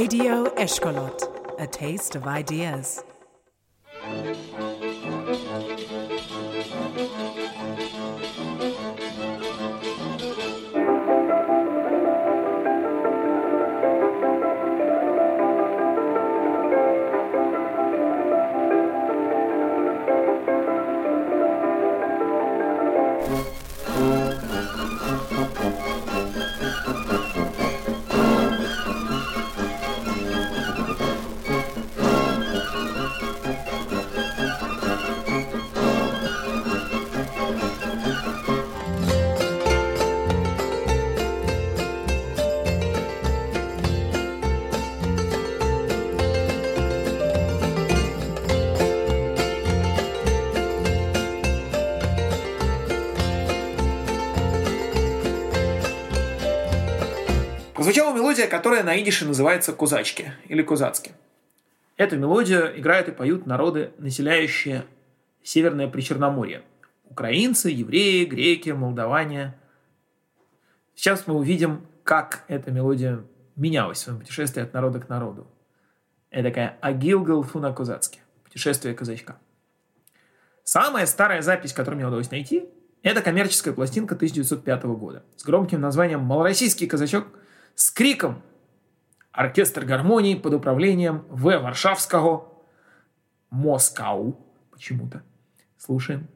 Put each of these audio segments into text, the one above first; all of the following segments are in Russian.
Radio Eshkolot, a taste of ideas. Звучала мелодия, которая на идише называется козачки или козацки. Эту мелодию играют и поют народы, населяющие Северное Причерноморье. Украинцы, евреи, греки, молдаване. Сейчас мы увидим, как эта мелодия менялась в своем путешествии от народа к народу. Это такая «Агилгал фуна козацки» – путешествие казачка. Самая старая запись, которую мне удалось найти, это коммерческая пластинка 1905 года с громким названием «Малороссийский казачок» с криком оркестр гармонии под управлением В. Варшавского Москау почему-то. Слушаем.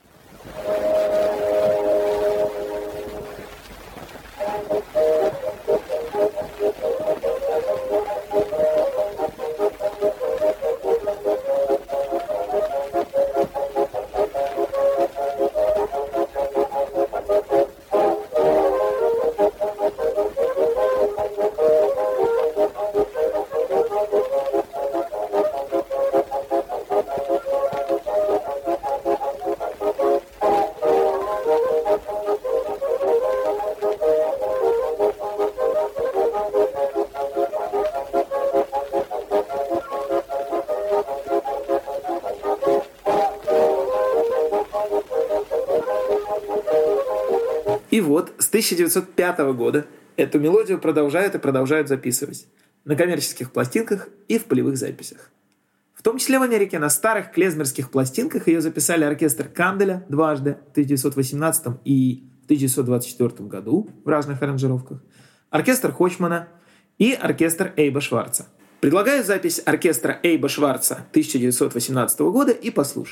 И вот с 1905 года эту мелодию продолжают записывать на коммерческих пластинках и в полевых записях. В том числе в Америке на старых клезмерских пластинках ее записали оркестр Канделя дважды в 1918 и в 1924 году в разных аранжировках, оркестр Хочмана и оркестр Эйба Шварца. Предлагаю запись оркестра Эйба Шварца 1918 года и послушать.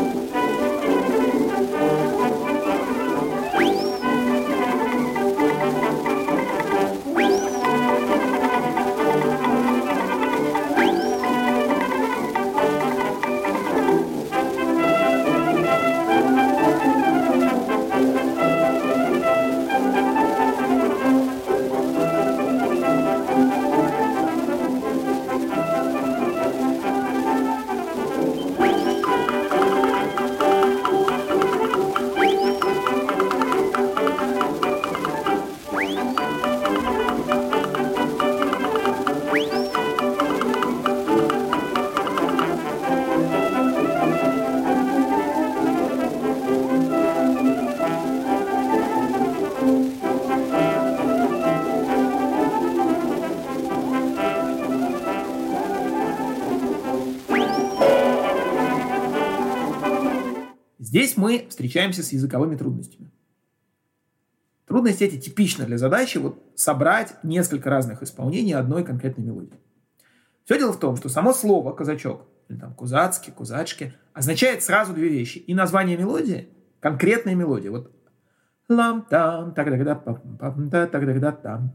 Здесь мы встречаемся с языковыми трудностями. Трудности эти типичны для задачи собрать несколько разных исполнений одной конкретной мелодии. Все дело в том, что само слово «казачок» или «кузацкий», «кузачки» означает сразу две вещи. И название мелодии, конкретная мелодия. Лам-там, так-да-да, пам-пам-да, так-да-да-там.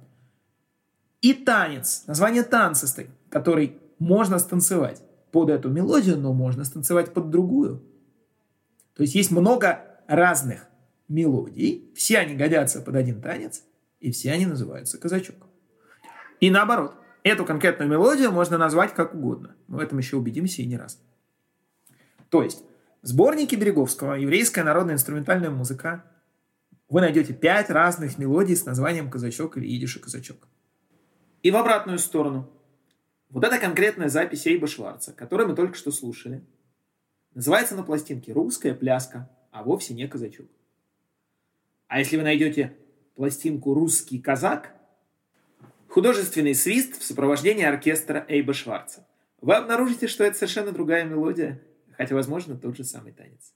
И танец, название танца, который можно станцевать под эту мелодию, но можно станцевать под другую. То есть есть много разных мелодий, все они годятся под один танец, и все они называются казачок. И наоборот, эту конкретную мелодию можно назвать как угодно. Мы в этом еще убедимся и не раз. То есть в сборнике Береговского «Еврейская народная инструментальная музыка» вы найдете 5 разных мелодий с названием казачок или идише казачок. И в обратную сторону. Вот эта конкретная запись Эйба Шварца, которую мы только что слушали, называется на пластинке «Русская пляска», а вовсе не казачок. А если вы найдете пластинку «Русский казак», художественный свист в сопровождении оркестра Эйба Шварца. Вы обнаружите, что это совершенно другая мелодия, хотя, возможно, тот же самый танец.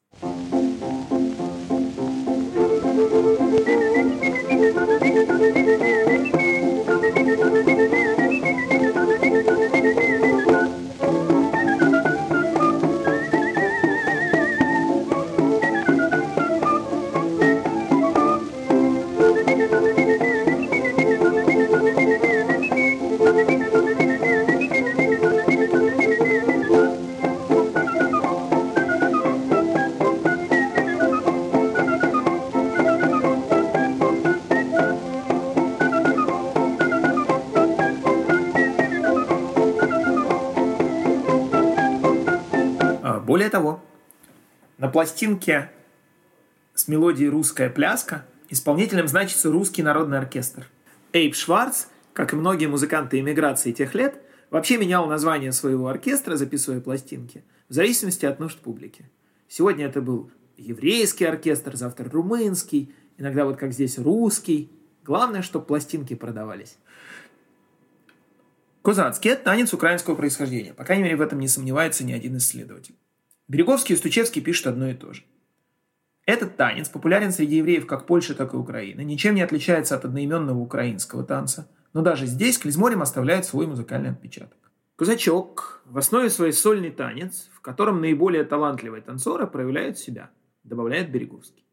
Более того, на пластинке с мелодией «Русская пляска» исполнителем значится Русский народный оркестр. Эйб Шварц, как и многие музыканты эмиграции тех лет, вообще менял название своего оркестра, записывая пластинки, в зависимости от нужд публики. Сегодня это был еврейский оркестр, завтра румынский, иногда вот как здесь русский. Главное, чтобы пластинки продавались. Козацкий – это танец украинского происхождения. По крайней мере, в этом не сомневается ни один исследователь. Береговский и Стучевский пишут одно и то же. Этот танец популярен среди евреев как Польши, так и Украины, ничем не отличается от одноименного украинского танца, но даже здесь клизморем оставляет свой музыкальный отпечаток. Казачок в основе своей сольный танец, в котором наиболее талантливые танцоры проявляют себя, добавляет Береговский.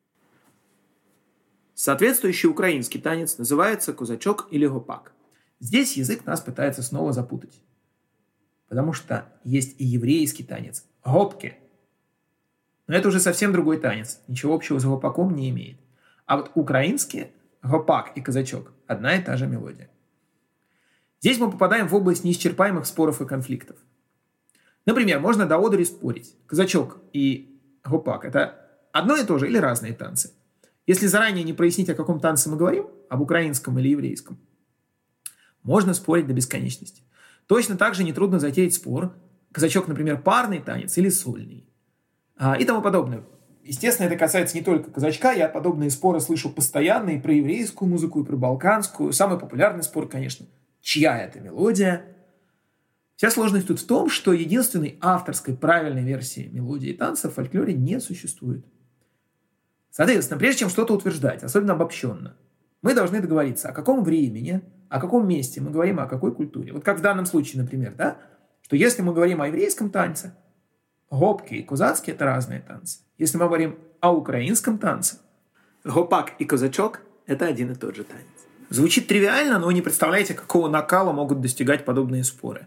Соответствующий украинский танец называется козачок или гопак. Здесь язык нас пытается снова запутать, потому что есть и еврейский танец – гопки. Но это уже совсем другой танец, ничего общего с гопаком не имеет. А вот украинские гопак и казачок – одна и та же мелодия. Здесь мы попадаем в область неисчерпаемых споров и конфликтов. Например, можно до одури спорить. Казачок и гопак – это одно и то же или разные танцы. Если заранее не прояснить, о каком танце мы говорим, об украинском или еврейском, можно спорить до бесконечности. Точно так же нетрудно затеять спор. Казачок, например, парный танец или сольный. И тому подобное. Естественно, это касается не только казачка. Я подобные споры слышу постоянно и про еврейскую музыку, и про балканскую. Самый популярный спор, конечно, чья это мелодия. Вся сложность тут в том, что единственной авторской правильной версии мелодии танца в фольклоре не существует. Соответственно, прежде чем что-то утверждать, особенно обобщенно, мы должны договориться, о каком времени, о каком месте мы говорим, о какой культуре. Вот как в данном случае, например, да, что если мы говорим о еврейском танце, гопки и козацкие – это разные танцы. Если мы говорим о украинском танце, гопак и казачок – это один и тот же танец. Звучит тривиально, но вы не представляете, какого накала могут достигать подобные споры.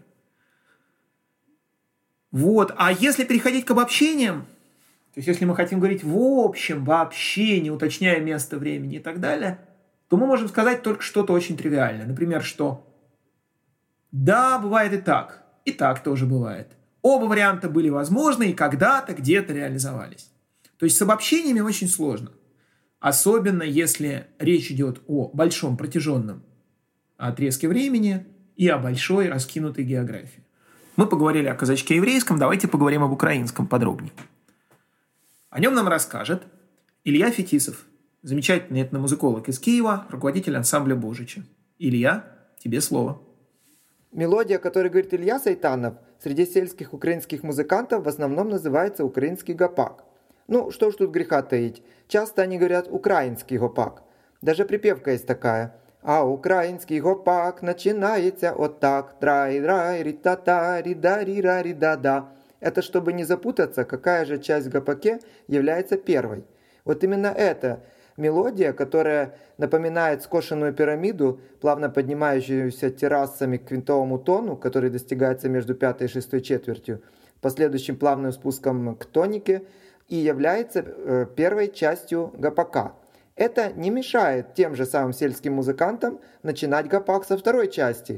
Вот. А если переходить к обобщениям, то есть если мы хотим говорить в общем, вообще, не уточняя место, времени и так далее, то мы можем сказать только что-то очень тривиальное. Например, что да, бывает и так тоже бывает. Оба варианта были возможны и когда-то где-то реализовались. То есть с обобщениями очень сложно. Особенно если речь идет о большом протяженном отрезке времени и о большой раскинутой географии. Мы поговорили о казачке еврейском, давайте поговорим об украинском подробнее. О нем нам расскажет Илья Фетисов, замечательный этномузыколог из Киева, руководитель ансамбля «Божичи». Илья, тебе слово. Мелодия, о которой говорит Илья Сайтанов, среди сельских украинских музыкантов в основном называется украинский гопак. Ну, что ж тут греха таить. Часто они говорят «украинский гопак». Даже припевка есть такая. А украинский гопак начинается вот так. Трай-рай-ри-та-та, ри-да-ри-ра-ри-да-да. Это чтобы не запутаться, какая же часть в гопаке является первой. Вот именно эта мелодия, которая напоминает скошенную пирамиду, плавно поднимающуюся террасами к квинтовому тону, который достигается между пятой и шестой четвертью, последующим плавным спуском к тонике, и является первой частью гопака. Это не мешает тем же самым сельским музыкантам начинать гопак со второй части.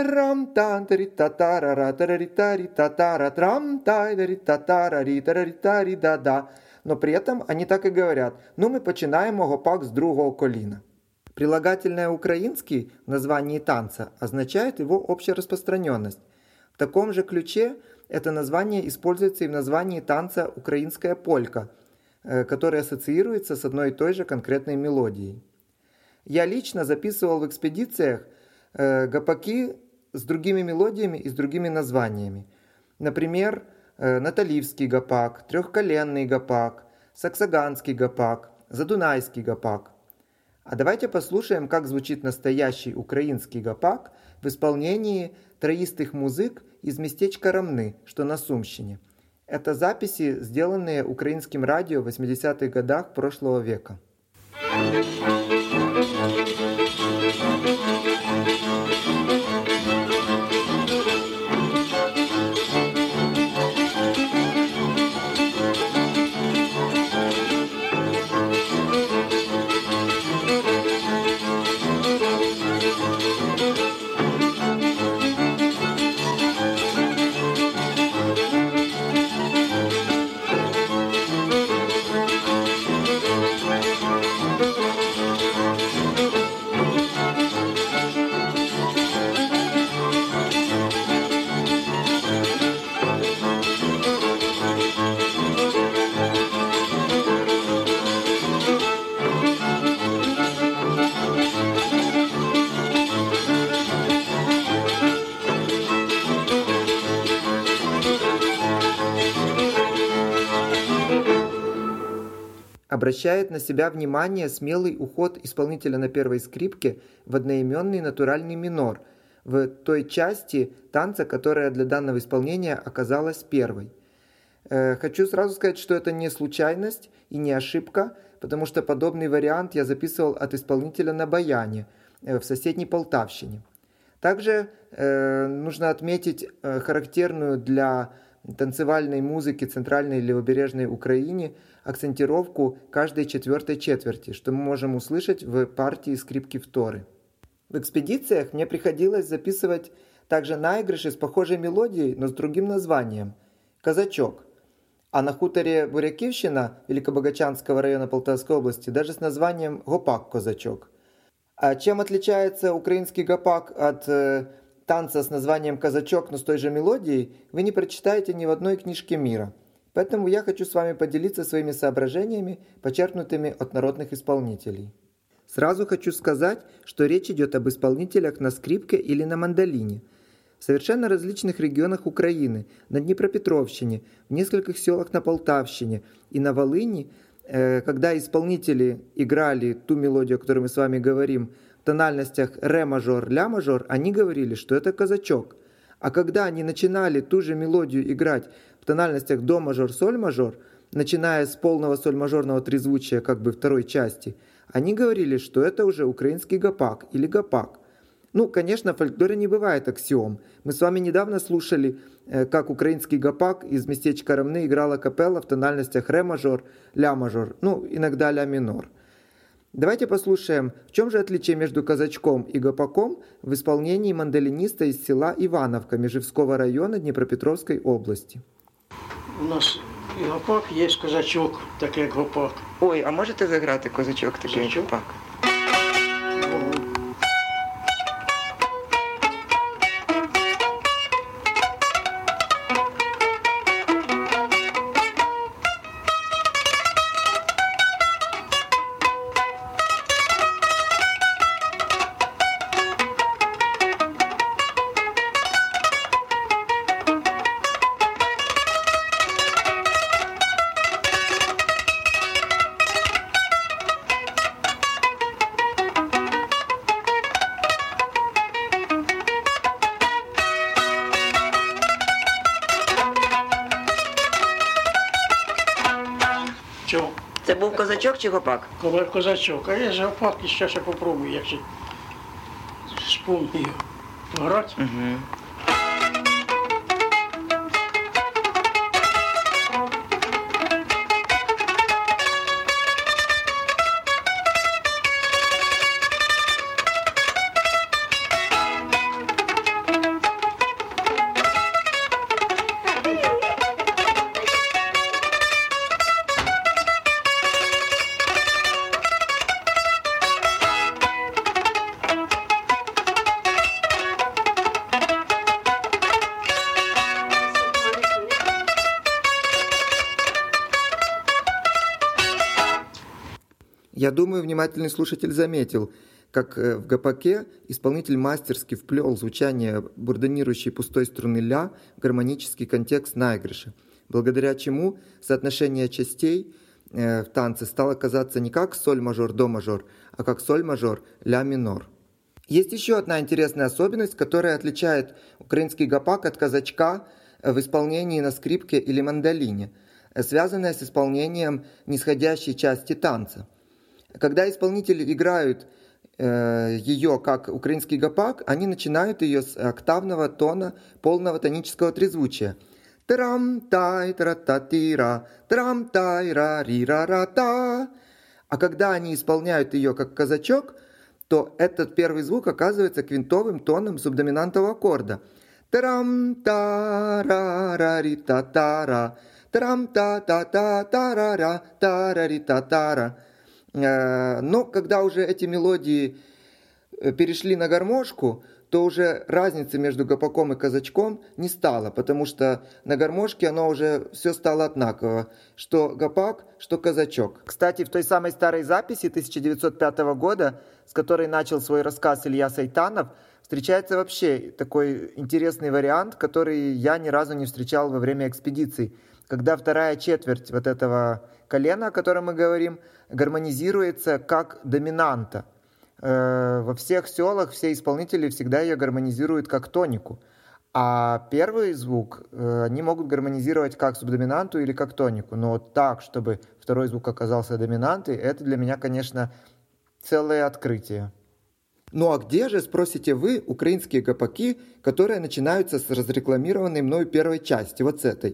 Но при этом они так и говорят: ну мы починаємо гопак с другого коліна. Прилагательное «украинский» в названии танца означает его общераспространенность. В таком же ключе это название используется и в названии танца «украинская полька», который ассоциируется с одной и той же конкретной мелодией. Я лично записывал в экспедициях гопаки с другими мелодиями и с другими названиями. Например, Наталивский гопак, Трехколенный гопак, Саксаганский гопак, Задунайский гопак. А давайте послушаем, как звучит настоящий украинский гопак в исполнении троистых музык из местечка Ромны, что на Сумщине. Это записи, сделанные украинским радио в 80-х годах прошлого века. Обращает на себя внимание смелый уход исполнителя на первой скрипке в одноименный натуральный минор, в той части танца, которая для данного исполнения оказалась первой. Хочу сразу сказать, что это не случайность и не ошибка, потому что подобный вариант я записывал от исполнителя на баяне в соседней Полтавщине. Также нужно отметить характерную для танцевальной музыки центральной и левобережной Украины акцентировку каждой четвертой четверти, что мы можем услышать в партии скрипки вторы. В экспедициях мне приходилось записывать также наигрыши с похожей мелодией, но с другим названием – «Казачок». А на хуторе Буряківщина Великобогачанского района Полтавской области даже с названием «Гопак-Козачок». А чем отличается украинский гопак от танца с названием «Казачок», но с той же мелодией, вы не прочитаете ни в одной книжке мира. Поэтому я хочу с вами поделиться своими соображениями, почерпнутыми от народных исполнителей. Сразу хочу сказать, что речь идет об исполнителях на скрипке или на мандолине. В совершенно различных регионах Украины, на Днепропетровщине, в нескольких селах на Полтавщине и на Волыни, когда исполнители играли ту мелодию, о которой мы с вами говорим, в тональностях ре-мажор, ля-мажор, они говорили, что это казачок. А когда они начинали ту же мелодию играть в тональностях до-мажор, соль-мажор, начиная с полного соль-мажорного трезвучия как бы второй части, они говорили, что это уже украинский гопак или гопак. Ну, конечно, в фольклоре не бывает аксиом. Мы с вами недавно слушали, как украинский гопак из местечка Ромны играла капелла в тональностях ре-мажор, ля-мажор, ну, иногда ля-минор. Давайте послушаем, в чем же отличие между казачком и гопаком в исполнении мандолиниста из села Ивановка Межевского района Днепропетровской области. У нас і гопак є казачок, такий як гопак. Ой, а можете заграти козачок такий як гопак? Чого? Це був козачок чи гопак? Козачок. А я ж гопак і ще попробую, як же спомню грати. Угу. Я думаю, внимательный слушатель заметил, как в гопаке исполнитель мастерски вплел звучание бурдонирующей пустой струны ля в гармонический контекст наигрыша, благодаря чему соотношение частей в танце стало казаться не как соль-мажор, до-мажор, а как соль-мажор, ля-минор. Есть еще одна интересная особенность, которая отличает украинский гопак от казачка в исполнении на скрипке или мандолине, связанная с исполнением нисходящей части танца. Когда исполнители играют ее как украинский гопак, они начинают ее с октавного тона полного тонического трезвучия. Трам-тай-тра-та-тира, трам-тай-ра-ри-ра-ра-та. А когда они исполняют ее как казачок, то этот первый звук оказывается квинтовым тоном субдоминантового аккорда. Трам-та-ра-ра-ри-та-та-ра, трам-та-та-та-та-ра-ра, та-ра-ри-та-та-ра. Но когда уже эти мелодии перешли на гармошку, то уже разницы между гопаком и казачком не стало, потому что на гармошке оно уже все стало одинаково, что гопак, что казачок. Кстати, в той самой старой записи 1905 года, с которой начал свой рассказ Илья Сайтанов, встречается вообще такой интересный вариант, который я ни разу не встречал во время экспедиций, когда вторая четверть вот этого колена, о котором мы говорим, гармонизируется как доминанта. Во всех селах все исполнители всегда ее гармонизируют как тонику. А первый звук они могут гармонизировать как субдоминанту или как тонику. Но вот так, чтобы второй звук оказался доминантой, это для меня, конечно, целое открытие. Ну а где же, спросите вы, украинские гопаки, которые начинаются с разрекламированной мною первой части, вот с этой?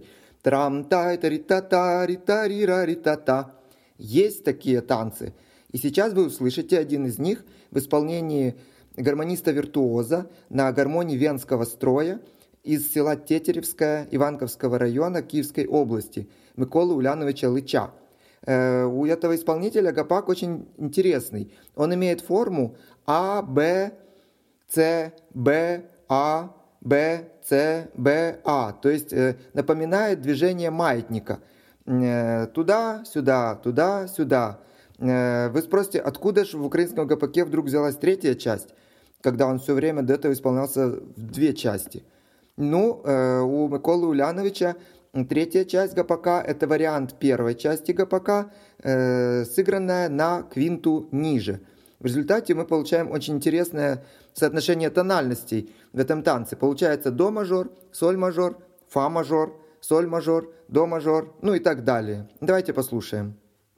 Трам-тай-та-ри-та-та-ри-та-ри-ра-ри-та-та. Есть такие танцы. И сейчас вы услышите один из них в исполнении гармониста-виртуоза на гармонии венского строя из села Тетеревское Иванковского района Киевской области Миколы Уляновича Лыча. У этого исполнителя гопак очень интересный. Он имеет форму А, Б, С, Б, А, Б, С, Б, А. То есть напоминает движение маятника. Туда-сюда, туда-сюда. Вы спросите, откуда же в украинском гопаке вдруг взялась третья часть, когда он все время до этого исполнялся в две части? Ну, у Миколы Уляновича третья часть гопака – это вариант первой части гопака, сыгранная на квинту ниже. В результате мы получаем очень интересное соотношение тональностей в этом танце. Получается до-мажор, соль-мажор, фа-мажор, соль-мажор, до-мажор, ну и так далее. Давайте послушаем.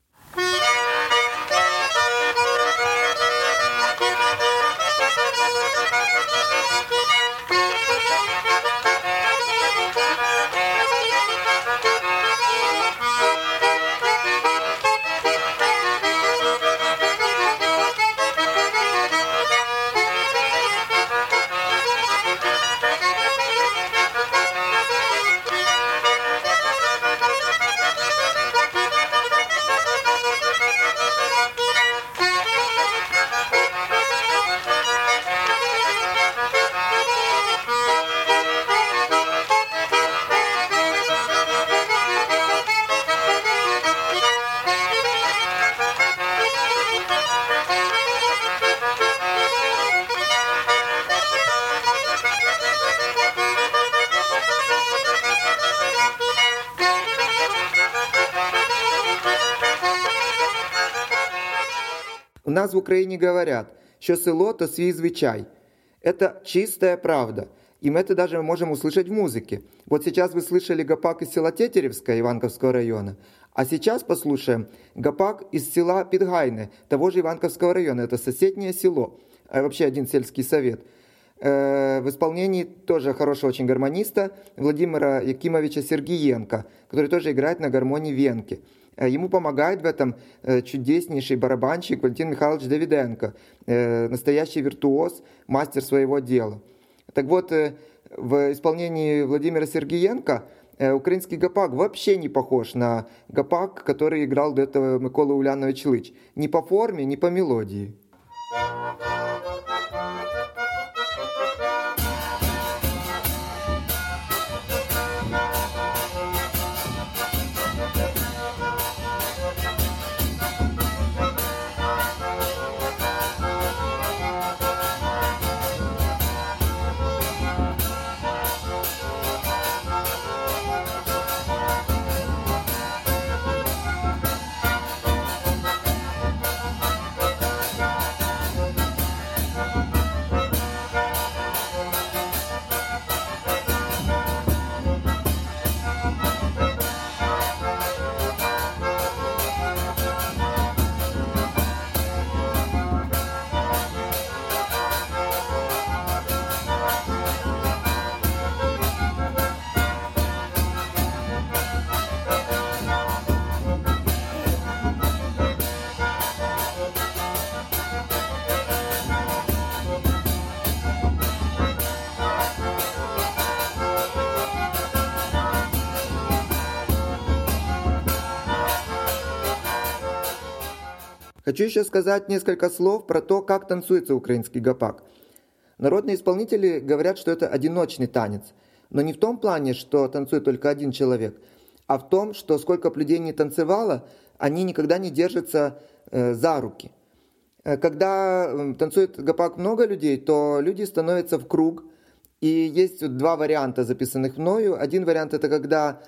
У нас в Україні говорять, що село – то свій звичай. Это чистая правда. И мы это даже можем услышать в музыке. Вот сейчас вы слышали гопак из села Тетеревское Иванковского района, а сейчас послушаем гопак из села Підгайне, того же Иванковского района. Это соседнее село, вообще один сельский совет. В исполнении тоже хорошего очень гармониста Владимира Якимовича Сергиенко, который тоже играет на гармонии венки. Ему помогает в этом чудеснейший барабанщик Валентин Михайлович Давиденко, настоящий виртуоз, мастер своего дела. Так вот, в исполнении Владимира Сергиенко украинский гопак вообще не похож на гопак, который играл до этого Микола Улянович Лыч. Ни по форме, ни по мелодии. Хочу еще сказать несколько слов про то, как танцуется украинский гопак. Народные исполнители говорят, что это одиночный танец. Но не в том плане, что танцует только один человек, а в том, что сколько бы людей не танцевало, они никогда не держатся за руки. Когда танцует гопак много людей, то люди становятся в круг. И есть два варианта, записанных мною. Один вариант — это когда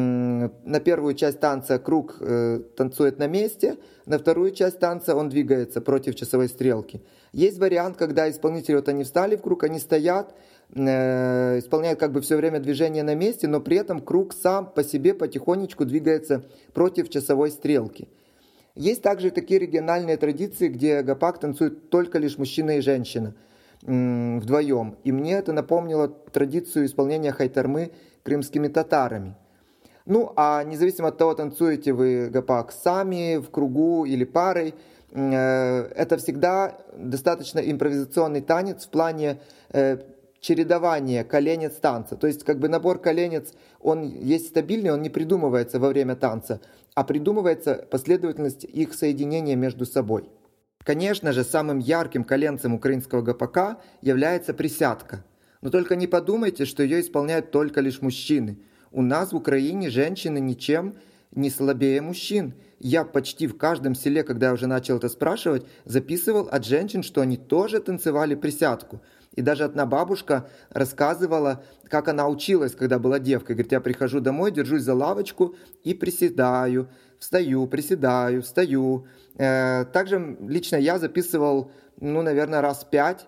на первую часть танца круг танцует на месте, на вторую часть танца он двигается против часовой стрелки. Есть вариант, когда исполнители, вот они встали в круг, они стоят, исполняют как бы все время движение на месте, но при этом круг сам по себе потихонечку двигается против часовой стрелки. Есть также такие региональные традиции, где гопак танцуют только лишь мужчина и женщина вдвоем. И мне это напомнило традицию исполнения хайтармы крымскими татарами. Ну, а независимо от того, танцуете вы гопак сами, в кругу или парой, это всегда достаточно импровизационный танец в плане чередования коленец танца. То есть как бы набор коленец, он есть стабильный, он не придумывается во время танца, а придумывается последовательность их соединения между собой. Конечно же, самым ярким коленцем украинского гопака является присядка. Но только не подумайте, что ее исполняют только лишь мужчины. У нас в Украине женщины ничем не слабее мужчин. Я почти в каждом селе, когда я уже начал это спрашивать, записывал от женщин, что они тоже танцевали присядку. И даже одна бабушка рассказывала, как она училась, когда была девкой. Говорит, я прихожу домой, держусь за лавочку и приседаю, встаю, приседаю, встаю. Также лично я записывал, наверное, раз 5,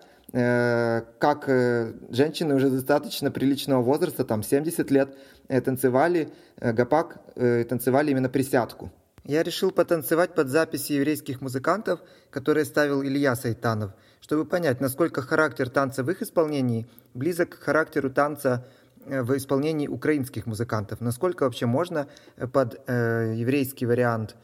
как женщины уже достаточно приличного возраста, там 70 лет, танцевали гопак, танцевали именно присядку. Я решил потанцевать под записи еврейских музыкантов, которые ставил Илья Сайтанов, чтобы понять, насколько характер танца в их исполнении близок к характеру танца в исполнении украинских музыкантов. Насколько вообще можно под еврейский вариант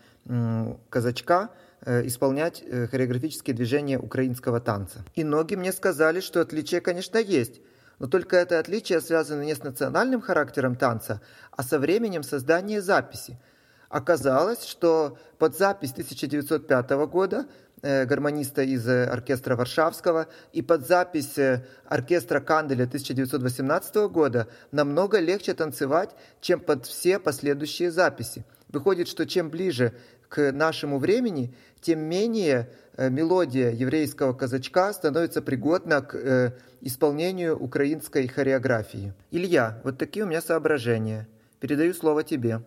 казачка исполнять хореографические движения украинского танца. И многие мне сказали, что отличия, конечно, есть, но только это отличие связано не с национальным характером танца, а со временем создания записи. Оказалось, что под запись 1905 года гармониста из оркестра Варшавского и под запись оркестра Канделя 1918 года намного легче танцевать, чем под все последующие записи. Выходит, что чем ближе к нашему времени, тем менее мелодия еврейского казачка становится пригодна к исполнению украинской хореографии. Илья, вот такие у меня соображения. Передаю слово тебе.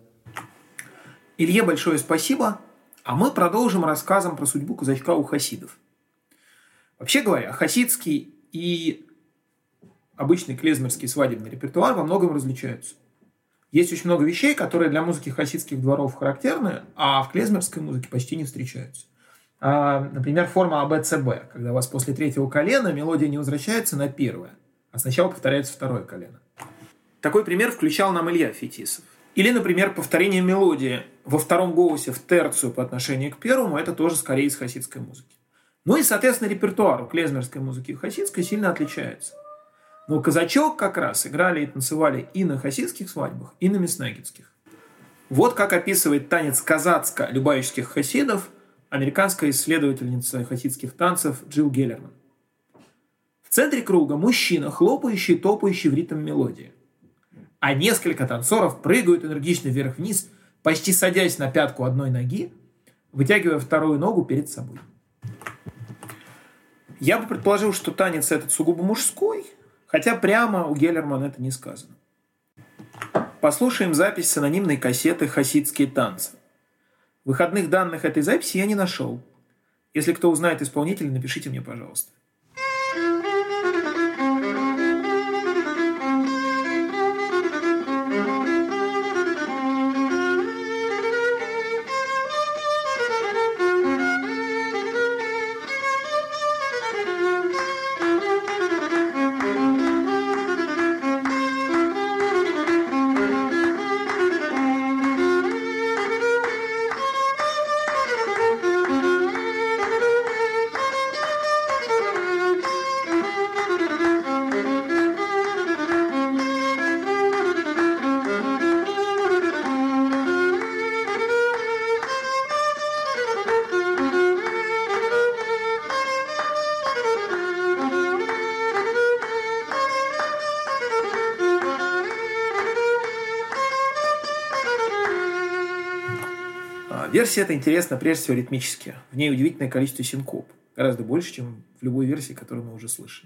Илье большое спасибо, а мы продолжим рассказом про судьбу казачка у хасидов. Вообще говоря, хасидский и обычный клезмерский свадебный репертуар во многом различаются. Есть очень много вещей, которые для музыки хасидских дворов характерны, а в клезмерской музыке почти не встречаются. Например, форма АБЦБ, когда у вас после третьего колена мелодия не возвращается на первое, а сначала повторяется второе колено. Такой пример включал нам Илья Фетисов. Или, например, повторение мелодии во втором голосе в терцию по отношению к первому, это тоже скорее из хасидской музыки. Ну и, соответственно, репертуар у клезмерской музыки и хасидской сильно отличается. Но казачок как раз играли и танцевали и на хасидских свадьбах, и на меснагитских. Вот как описывает танец казацко-любавических хасидов американская исследовательница хасидских танцев Джилл Геллерман. В центре круга мужчина, хлопающий и топающий в ритм мелодии. А несколько танцоров прыгают энергично вверх-вниз, почти садясь на пятку одной ноги, вытягивая вторую ногу перед собой. Я бы предположил, что танец этот сугубо мужской, хотя прямо у Геллерман это не сказано. Послушаем запись с анонимной кассеты «Хасидские танцы». Выходных данных этой записи я не нашел. Если кто узнает исполнителя, напишите мне, пожалуйста. Версия эта интересна прежде всего ритмически. В ней удивительное количество синкоп. Гораздо больше, чем в любой версии, которую мы уже слышали.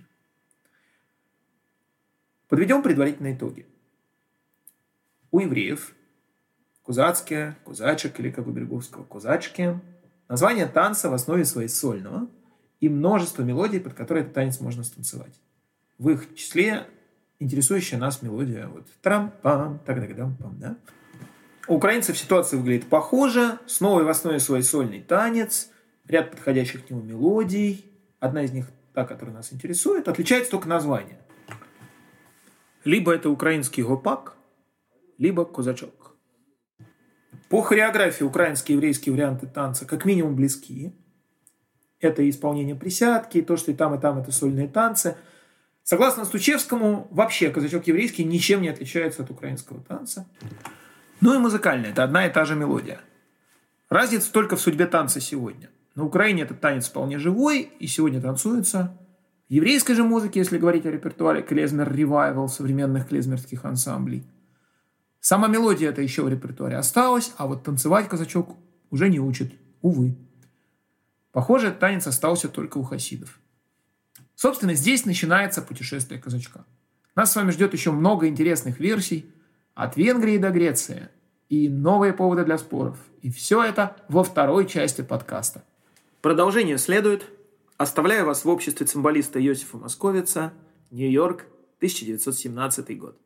Подведем предварительные итоги. У евреев козацкие, козачек или, как у Береговского, козачки, название танца в основе своей сольного и множество мелодий, под которые этот танец можно станцевать. В их числе интересующая нас мелодия вот трам-пам, так-так-дам-пам, да? У украинцев ситуация выглядит похоже. Снова в основе своей сольный танец, ряд подходящих к нему мелодий. Одна из них, та, которая нас интересует, отличается только название. Либо это украинский гопак, либо козачок. По хореографии украинские и еврейские варианты танца как минимум близки. Это и исполнение присядки, и то, что и там это сольные танцы. Согласно Стучевскому, вообще казачок еврейский ничем не отличается от украинского танца. Ну и музыкально, это одна и та же мелодия. Разница только в судьбе танца сегодня. На Украине этот танец вполне живой, и сегодня танцуется. В еврейской же музыке, если говорить о репертуаре клезмер ревайвал современных клезмерских ансамблей, сама мелодия это еще в репертуаре осталась, а вот танцевать казачок уже не учат, увы. Похоже, этот танец остался только у хасидов. Собственно, здесь начинается путешествие казачка. Нас с вами ждет еще много интересных версий, от Венгрии до Греции, и новые поводы для споров. И все это во второй части подкаста. Продолжение следует. Оставляю вас в обществе цимбалиста Иосифа Московица, Нью-Йорк, 1917 год.